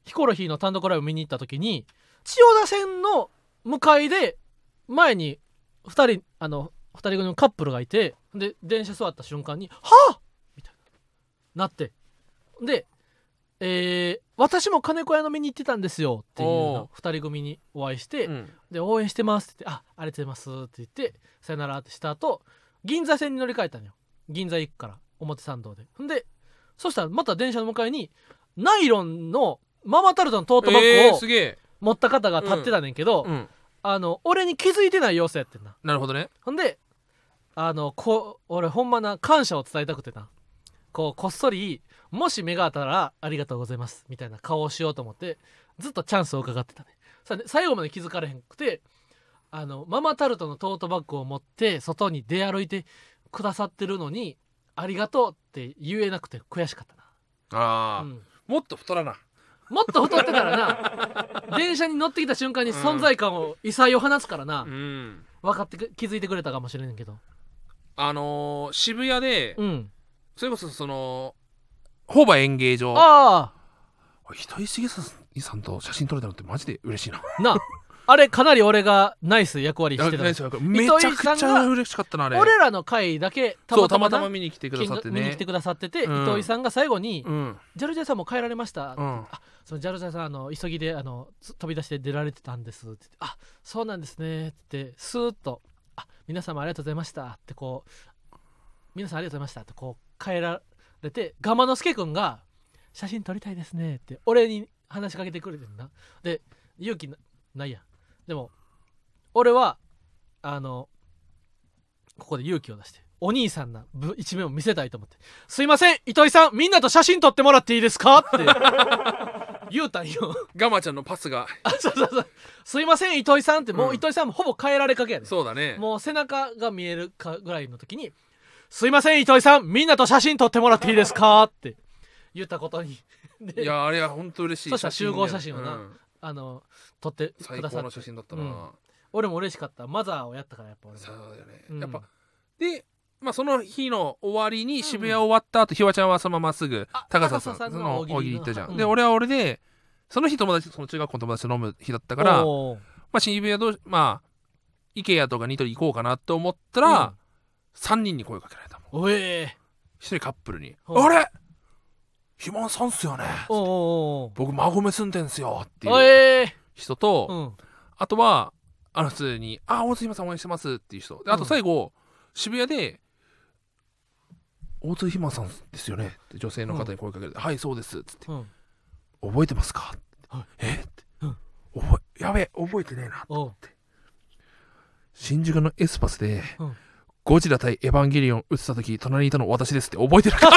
ヒコロヒーの単独ライブ見に行った時に千代田線の向かいで前にふたりあのふたり組のカップルがいて、で電車座った瞬間にはぁみたいななって、で、えー、私も金子屋飲みに行ってたんですよっていうのふたり組にお会いして、うん、で応援してますって言って、あありがとうございますって言ってさよならってした後銀座線に乗り換えたのよ。銀座行くから表参道で。んでそしたらまた電車の向かいにナイロンのママタルトのトートバッグを持った方が立ってたねんけど、うんうん、あの俺に気づいてない様子やってんな。 なるほどね。 ほんであのこ俺ほんまな感謝を伝えたくてな、こうこっそりもし目が当たらありがとうございますみたいな顔をしようと思ってずっとチャンスを伺ってたね。さ最後まで気づかれへんくて、あのママタルトのトートバッグを持って外に出歩いてくださってるのにありがとうって言えなくて悔しかったな。 あー、うん、もっと太らなもっと太ってたらな電車に乗ってきた瞬間に存在感を異彩を放つからな、うん、分かって気づいてくれたかもしれんけど、 あのー、渋谷で、うん、それこそそのホーバー演芸場、 ああ糸井重里さんと写真撮れたのってマジで嬉しいななあれかなり俺がナイス役割してた。 めちゃくちゃ嬉しかったなあれ。 俺らの回だけたまた ま, たま見に来てくださってね見に来てくださってて、うん、糸井さんが最後に、うん、ジャルジャルさんも帰られました、うん、あそのジャルジャルさんあの急ぎであの飛び出して出られてたんですってって、あそうなんですねってスーッと、あ皆様ありがとうございましたってこう皆さんありがとうございましたってこう帰られて、ガマノスケ君が写真撮りたいですねって俺に話しかけてくれてるな。で勇気 な, ないやでも俺はあのここで勇気を出してお兄さんな一面を見せたいと思って、すいません糸井さんみんなと写真撮ってもらっていいですかって言うたんよ。 ガマちゃんのパスがあそうそうそうすいません糸井さんって、もう糸井さんもほぼ帰られかけやで、 そうだね、 もう背中が見えるかぐらいの時にすいません糸井さんみんなと写真撮ってもらっていいですかって言ったことにいやあれは本当嬉しい。 そしたら集合写真をな、うん、あの撮ってくださって最高の写真だったな、うん、 俺も嬉しかった。マザーをやったからやっぱ俺もそうだよね、うん、やっぱでまあその日の終わりに渋谷終わった後、ひわちゃんはそのまますぐ高佐さんの大喜利行ったじゃん、うん、で俺は俺でその日友達その中学校の友達と飲む日だったから、まあ渋谷どうまあイケアとかニトリ行こうかなと思ったら、うん、さんにんに声かけられたもん。 おえひとりカップルにあれひまさんっすよね、僕馬込住んでんすよっていう人と、うん、あとはあの普通にあ大津ひまさん応援してますっていう人で、あと最後、うん、渋谷で大津ひまさんですよねって女性の方に声かける、うん、はいそうですっつって、うん、覚えてますかって、はい、えって、うん、覚えやべえ覚えてねえなと思って、新宿のエスパスで、うん、ゴジラ対エヴァンゲリオン撃ってた時隣にいたの私ですって覚えてるか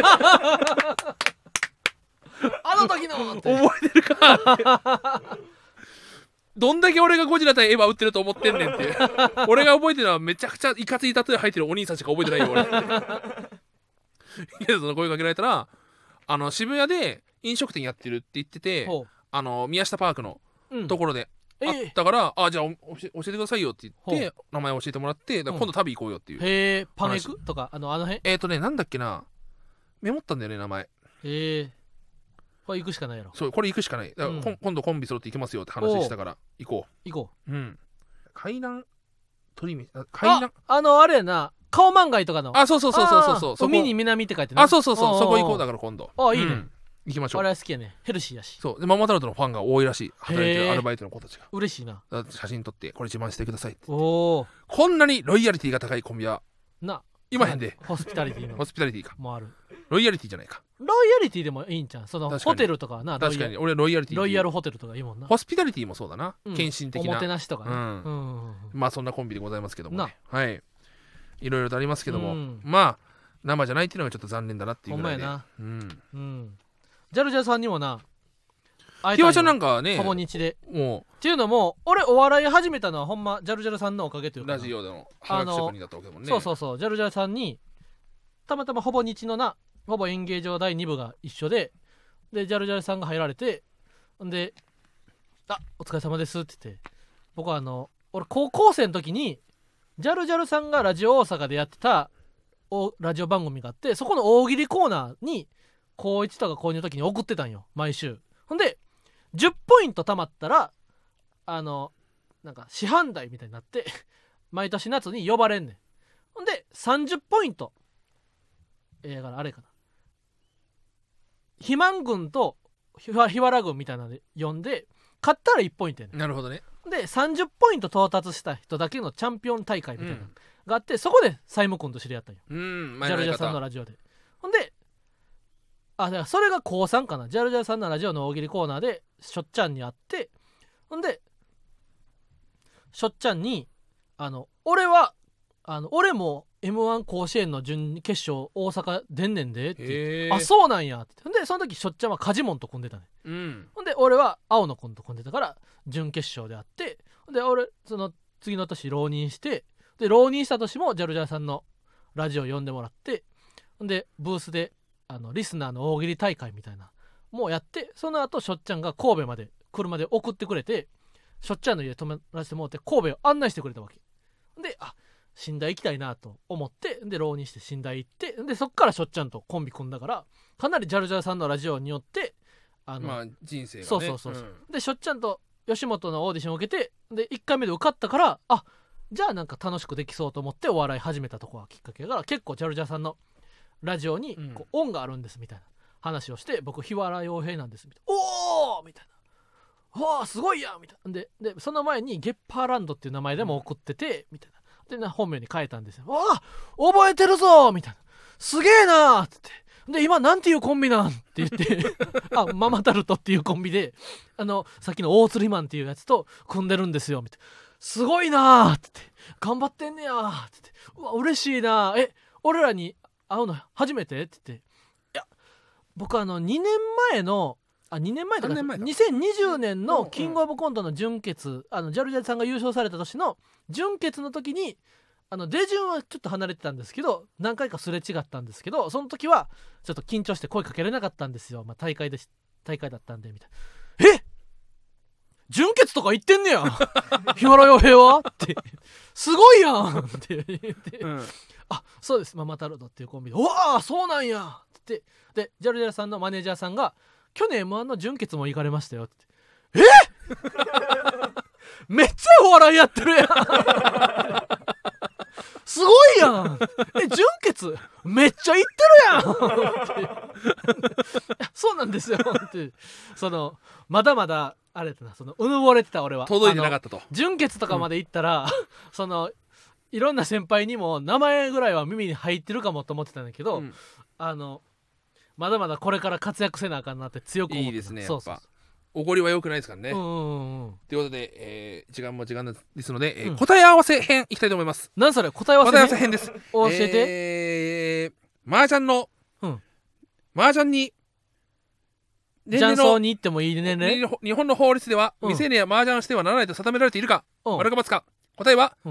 あの時のって覚えてるかどんだけ俺がゴジラ対エヴァ撃ってると思ってんねんって俺が覚えてるのはめちゃくちゃいかつい例え入ってるお兄さんしか覚えてないよ俺その声かけられたらあの渋谷で飲食店やってるって言ってて、あの宮下パークのところで、うん、あったから、えー、あじゃあ教えてくださいよって言って名前教えてもらって、今度旅行こうよっていう、うん、 へえパンエクとかあのあの辺えっ、ー、とねなんだっけなメモったんだよね名前。へえこれ行くしかないやろ。 そうこれ行くしかないだから、うん、今度コンビ揃って行けますよって話したから行こう行こう。うん海南鳥見海南あ, あのあれやな顔漫画とかのあそうそうそうそうそうそう海に南って書いてなあそうそうそうそこ行こうだから今度あいいね、うん、 行きましょう。 俺は好きやねヘルシーやし。 そうでママタルトのファンが多いらしい働いてるアルバイトの子たちが。 嬉しいな。 だ写真撮ってこれ自慢してくださいって。 おこんなにロイヤリティが高いコンビはな今へんで。 ホスピタリティのホスピタリティかもある。 ロイヤリティじゃないか。 ロイヤリティでもいいんちゃう。そのホテルとかはな確かに俺ロイヤリティロイヤルホテルとかいいもんな。 ホスピタリティもそうだな、うん、献身的なおもてなしとかね、うんうんうん、まあそんなコンビでございますけどもねはいいろいろとありますけども、うん、まあ生じゃないっていうのがちょっと残念だなっていうぐらいで。ほんまやな、うんうん、 ジャルジャルさんにもなひわちゃんなんかねほぼ日でもうっていうのも俺お笑い始めたのはほんまジャルジャルさんのおかげというかラジオでのハガキ職人だったわけだもんね。 そうそうそうジャルジャルさんにたまたまほぼ日のなほぼ演芸場だいに部が一緒ででジャルジャルさんが入られてんであお疲れ様ですって言って僕はあの俺高校生の時にジャルジャルさんがラジオ大阪でやってたおラジオ番組があってそこの大喜利コーナーに高いちとか高にの時に送ってたんよ毎週。ほんでじゅっポイント貯まったらあのなんか師範代みたいになって毎年夏に呼ばれんねん。ほんでさんじゅっポイントえー、だからあれかな肥満軍と日原軍みたいなので呼んで勝ったらいちポイントやねん。 なるほどね。 でさんじゅっポイント到達した人だけのチャンピオン大会みたいなのがあって、うん、そこでサイモ君と知り合ったんよ。 うんジャルジャさんのラジオで。ほんであだからそれがこうさんかな。ジャルジャさんのラジオの大喜利コーナーでしょっちゃんに会って、ほんでしょっちゃんにあの俺はあの俺も エムワン 甲子園の準決勝大阪出んねんでって言って、あそうなんやって。ほんでその時しょっちゃんはカジモンと組んでたね、 うん、 ほんで俺は青野君と組んでたから準決勝であって、で俺その次の年浪人して、で浪人した年もジャルジャさんのラジオ呼んでもらって、ほんでブースであのリスナーの大喜利大会みたいなもうやって、その後しょっちゃんが神戸まで車で送ってくれて、しょっちゃんの家泊めらせてもらって神戸を案内してくれたわけで、あ寝台行きたいなと思って、で浪人して寝台行って、でそっからしょっちゃんとコンビ組んだから、かなりジャルジャルさんのラジオによってあの、まあ、人生がねそうそうそう、うん、でしょっちゃんと吉本のオーディションを受けて、でいっかいめで受かったから、あじゃあなんか楽しくできそうと思ってお笑い始めたとこがきっかけだから、結構ジャルジャルさんのラジオにこう、うん、音があるんですみたいな話をして、僕日原洋平なんですみたいな、おーみたいな、わあすごいやみたいな。ででその前にゲッパーランドっていう名前でも送ってて、うん、みたいな。でな本名に変えたんですよ。わあ覚えてるぞみたいな、すげえなーって言って、で今なんていうコンビなんって言ってあママタルトっていうコンビで、あのさっきの大釣りマンっていうやつと組んでるんですよみたいな、すごいなーって言って、頑張ってんねやーって言って、うわ嬉しいなー、え俺らに会うの初めてって言って、いや僕あのにねんまえのあにねんまえとかにせんにじゅうねんのキングオブコントの準決、あのジャルジャルさんが優勝された年の準決の時に、あの出順はちょっと離れてたんですけど、何回かすれ違ったんですけど、その時はちょっと緊張して声かけれなかったんですよ。まあ、大会で大会だったんでみたいな。え準決とか言ってんねや日原洋平はってすごいやんって言って、うん、あそうですママタルトっていうコンビで、うわあそうなんやって言って、でジャルジャルさんのマネージャーさんが去年 エムワン の準決も行かれましたよって。えめっちゃお笑いやってるやんすごいやんえ準決めっちゃ行ってるやんそうなんですよってそのまだまだあれだな、そのうぬぼれてた俺は届いてなかったと。 準決とかまで行ったら、うん、そのいろんな先輩にも名前ぐらいは耳に入ってるかもと思ってたんだけど、うん、あのまだまだこれから活躍せなあかんなって強く思ってた。 いいですね、やっぱそうそうそう、おごりは良くないですからね。 うんうんうん、 ということで、えー、時間も時間ですので、えーうん、答え合わせ編いきたいと思います。 何それ答え合わせ編？答え合わせ編です。 教えて。 えー、麻雀の、うん、麻雀に雀荘に行ってもいい年齢？ 日本の法律では、うん、未成年や麻雀をしてはならないと定められているか、うん、丸か×か。答えは、うん、×、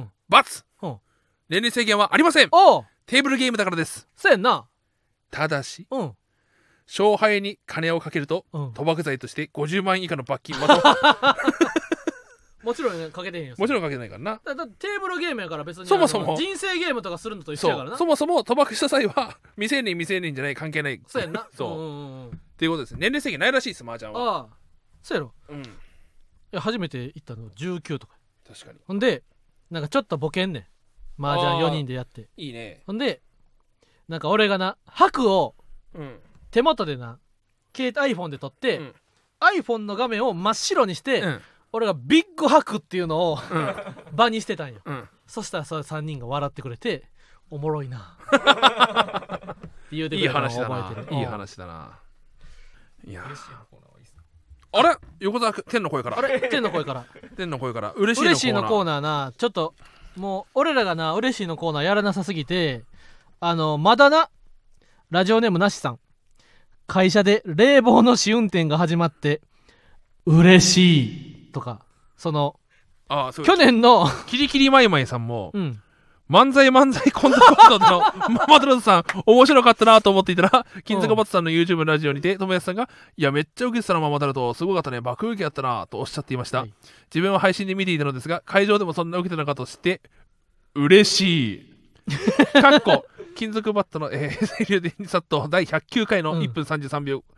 うん、年齢制限はありません。 おテーブルゲームだからです。 そうやんな。 ただし、 うん、 勝敗に金をかけると、うん、賭博罪としてごじゅうまん以下の罰金まともちろん、ね、かけてへんよ。 もちろんかけないからな。 だだテーブルゲームやから別にそもそも人生ゲームとかするのと一緒やからな。 そもそも賭博した際は未成年未成年じゃない関係ない。 そうやんな。 そう、 うんうんうん、 っていうことですね。年齢制限ないらしいです麻雀は。 ああそうやろ、 うん、いや初めて行ったのじゅうきゅうとか。 確かに。 ほんでなんかちょっとボケんねん麻雀よにんでやって。 いいね。 ほんでなんか俺がな白を手元でな携帯 iPhone で撮って、うん、iPhone の画面を真っ白にして、うん、俺がビッグハクっていうのを、うん、場にしてたんよ、うん、そしたらそれさんにんが笑ってくれておもろいなって言うてくれたのを覚えてる。 いい話だな。いやあれ横澤天の声からあれ天の声から天の声から嬉しいのコーナー嬉しいのコーナーな。ちょっともう俺らがな嬉しいのコーナーやらなさすぎて、あのまだなラジオネームなしさん、会社で冷房の試運転が始まって嬉しいとか、そのああそう去年のキリキリマイマイさんも、 うん、 漫才漫才コントコントのママタルトさん面白かったなと思っていたら、金塚バツさんの YouTube ラジオにて友安さんがいやめっちゃウケてたなママタルトすごかったね爆ウケやったなとおっしゃっていました、はい、自分は配信で見ていたのですが会場でもそんなウケてなかったと知って嬉しいかっこ金属バットの、えー、清流でさっとだいひゃくきゅうかいのいっぷんさんじゅうさんびょう、うん、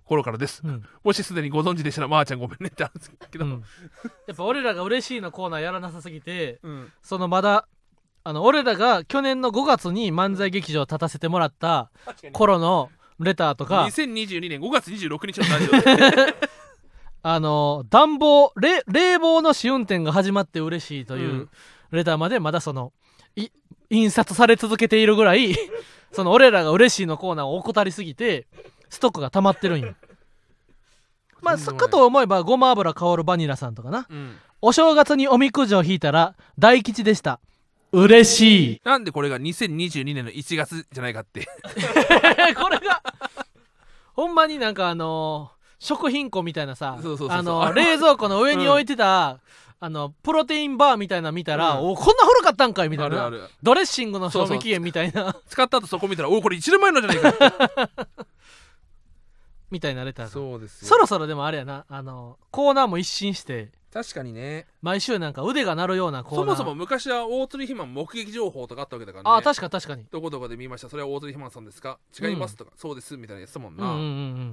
頃からです、うん、もしすでにご存知でしたらまーちゃんごめんねってあるんですけど、うん、 やっぱ俺らが嬉しいのコーナーやらなさすぎて、うん、そのまだあの俺らが去年のごがつに漫才劇場を立たせてもらった頃のレターとかにせんにじゅうにねんごがつにじゅうろくにちのラジオであの暖房冷房の試運転が始まって嬉しいというレターまでまだそのい印刷され続けているぐらいその俺らが嬉しいのコーナーを怠りすぎてストックが溜まってるんよ。まあかと思えばごま油香るバニラさんとかな、うん、お正月におみくじを引いたら大吉でした、嬉しい。 なんでこれがにせんにじゅうにねんのいちがつじゃないかってこれがほんまになんかあのー、食品庫みたいなさ、あの冷蔵庫の上に置いてた、うん、あのプロテインバーみたいなの見たら、うん、おこんな古かったんかいみたいな、あるあるドレッシングの賞味期限みたいな、そうそう使った後そこ見たらおこれいちねんまえのじゃないかみたいなレター。 そうですよ。 そろそろでもあれやな、あのコーナーも一新して確かにね、 毎週なんか腕が鳴るようなコーナー。 そもそも昔は大鶴ひまん目撃情報とかあったわけだからね。 ああ確か確かに、 どこどこで見ました、それは大鶴ひまんさんですか、違いますとか、うん、そうですみたいなやつだもんな、 うんうんうん、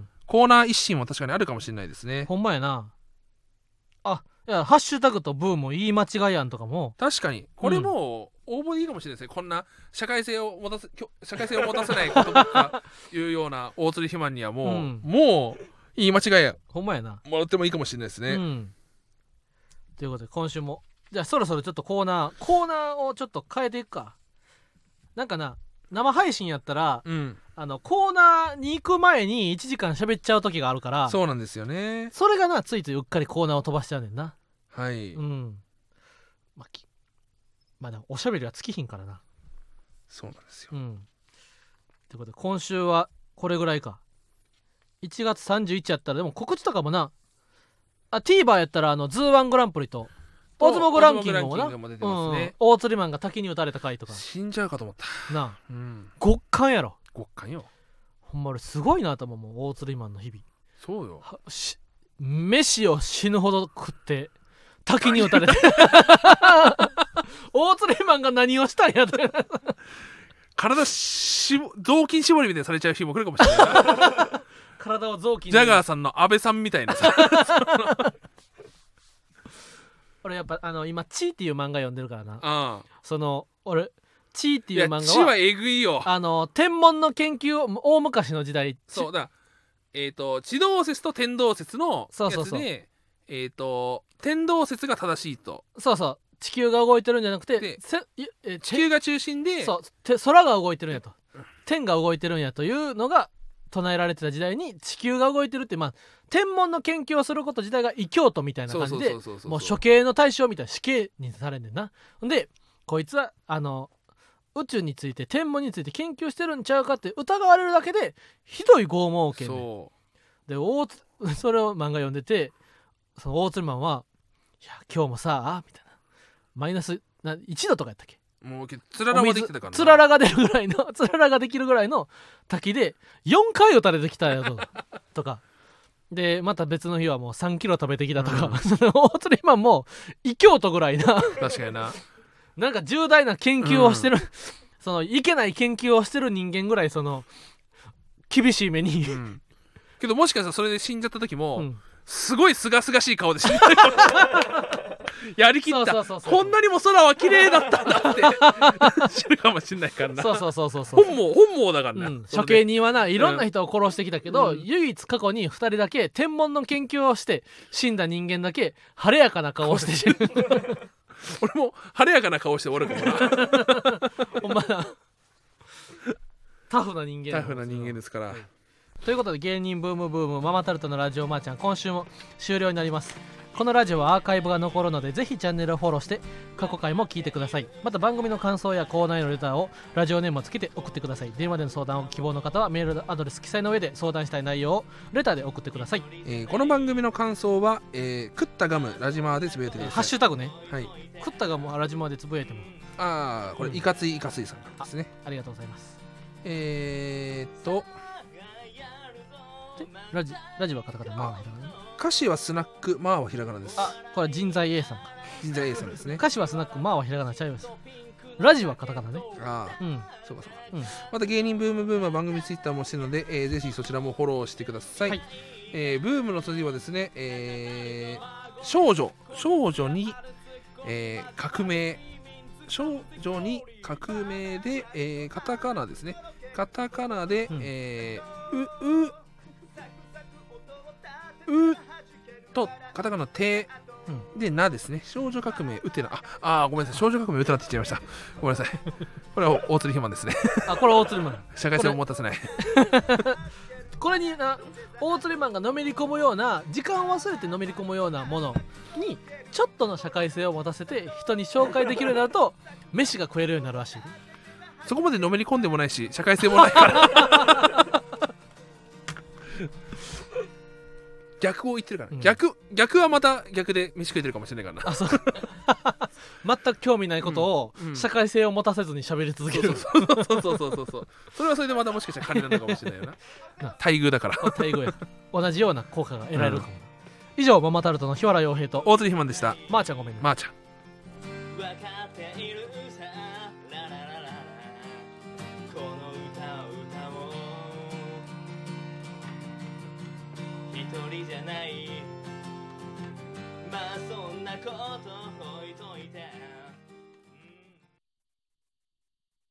コーナー一新は確かにあるかもしれないですね。 ほんまやな。あいやハッシュタグとブーも言い間違いやんとかも確かにこれも応募でいいかもしれないですね、うん、こんな社会性を持たせ社会性を持たせないことばっかいうような大鶴ひまんにはもう、うん、もう言い間違いやほんまやなもらってもいいかもしれないですね、うん、 ということで今週もじゃあそろそろちょっとコーナーコーナーをちょっと変えていくか。なんかな生配信やったら、うん、あのコーナーに行く前にいちじかん喋っちゃう時があるから。 そうなんですよね。 それがなついついうっかりコーナーを飛ばしちゃうねんな。 はい、 うんまあ、きまあでもおしゃべりは尽きひんからな。 そうなんですよ、 うん、ということで今週はこれぐらいか。いちがつさんじゅういちやったらでも告知とかもなあ TVer やったらあのズーワングランプリと大相撲グランキングもな、 も出てますね、 うん、大釣りマンが滝に打たれた回とか死んじゃうかと思ったなあ、うん、極寒やろ。 極寒よほんま俺すごいなと思う。もう大釣りマンの日々。 そうよし飯を死ぬほど食って滝に打たれて大釣りマンが何をしたんやって体し雑巾絞りみたいにされちゃう日も来るかもしれない体を雑巾ジャガーさんの安倍さんみたいなさ俺やっぱあの今チーっていう漫画読んでるからな。 ああその俺チーっていう漫画はチはえぐいよ。 あの天文の研究を大昔の時代そうだえっ、ー、と地動説と天動説のやつでそうそうそうえっ、ー、と天動説が正しいと。 そうそう地球が動いてるんじゃなくてせえ地球が中心でそう空が動いてるんやと天が動いてるんやというのが唱えられてた時代に地球が動いてるって、まあ、天文の研究をすること自体が異教徒みたいな感じでもう処刑の対象みたいな死刑にされんねんな。でこいつはあの宇宙について天文について研究してるんちゃうかって疑われるだけでひどい拷問を受けんねん。で大それを漫画読んでてその大鶴マンはいや今日もさみたいなマイナスないちどとかやったっけ。 もうつららができてたからな。 つららが出るぐらいのつららができるぐらいの滝でよんかい打たれてきたよととかでまた別の日はもうさんキロ食べてきたとか、うん、その大鶴マンも異教徒ぐらいな確かにななんか重大な研究をしてる、うん、そのいけない研究をしてる人間ぐらいその厳しい目に、うん、 けどもしかしたらそれで死んじゃった時も、うん、すごいすがすがしい顔で死んだやりきった。そうそうそうそうこんなにも空は綺麗だったんだって知るかもしんないからな。 そうそうそうそうそう本望本望だからな、うん、 処刑人はないろんな人を殺してきたけど、うん、唯一過去にふたりだけ天文の研究をして死んだ人間だけ晴れやかな顔をして死ぬ俺も晴れやかな顔して終わるかもなほんまなタフな人間タフな人間ですから、はい、 ということで芸人ブームブームママタルトのラジオマーちゃん今週も終了になります。このラジオはアーカイブが残るのでぜひチャンネルをフォローして過去回も聞いてください。また番組の感想やコーナーへのレターをラジオネームをつけて送ってください。電話での相談を希望の方はメールアドレス記載の上で相談したい内容をレターで送ってください。 えー、この番組の感想は、えー、食ったガムラジマーでつぶやいてください。 ハッシュタグね、 はい、 食ったガムラジマーでつぶやいてもああこれ、うん、いかついいかついさんですね。 あ, ありがとうございます。 えーっとラジラジはカタカナマーはひらがな。 歌詞はスナックマーはひらがなです。 あこれ人材 A さんか。 人材 A さんですね。 歌詞はスナックマーはひらがなちゃいます。 ラジはカタカナね。 ああ、 うん、 そうかそうか、 うん、 また芸人ブームブームは番組ツイッターもしてるので、えー、ぜひそちらもフォローしてください、はい。えー、ブームの次はですね、えー、少女少女に、えー、革命少女に革命で、えー、カタカナですね、カタカナで、うん、えー、うううとカタカナの手でなですね、少女革命ウテナ、ああごめんなさい、少女革命ウテナって言っちゃいました、ごめんなさいこれは大鶴ひまんですねあ、これ大鶴ひまん社会性を持たせないこれにな大鶴ひまんがのめり込むような、時間を忘れてのめり込むようなものにちょっとの社会性を持たせて人に紹介できるようになると飯が食えるようになるらしい。 そこまでのめり込んでもないし社会性もないから逆を言ってるから、うん、逆逆はまた逆で飯食えてるかもしれないからな。あ、そう全く興味ないことを、うん、社会性を持たせずに喋り続ける。 そうそうそうそうそうそうそれはそれでまたもしかしたら金なのかもしれないよな待遇だから待遇や同じような効果が得られるかも、うん、以上ママタルトの日原洋平と大鶴ひまんでした。 まー、あ、ちゃんごめんね。 まー、あ、ちゃん一人じゃない、まあそんなこと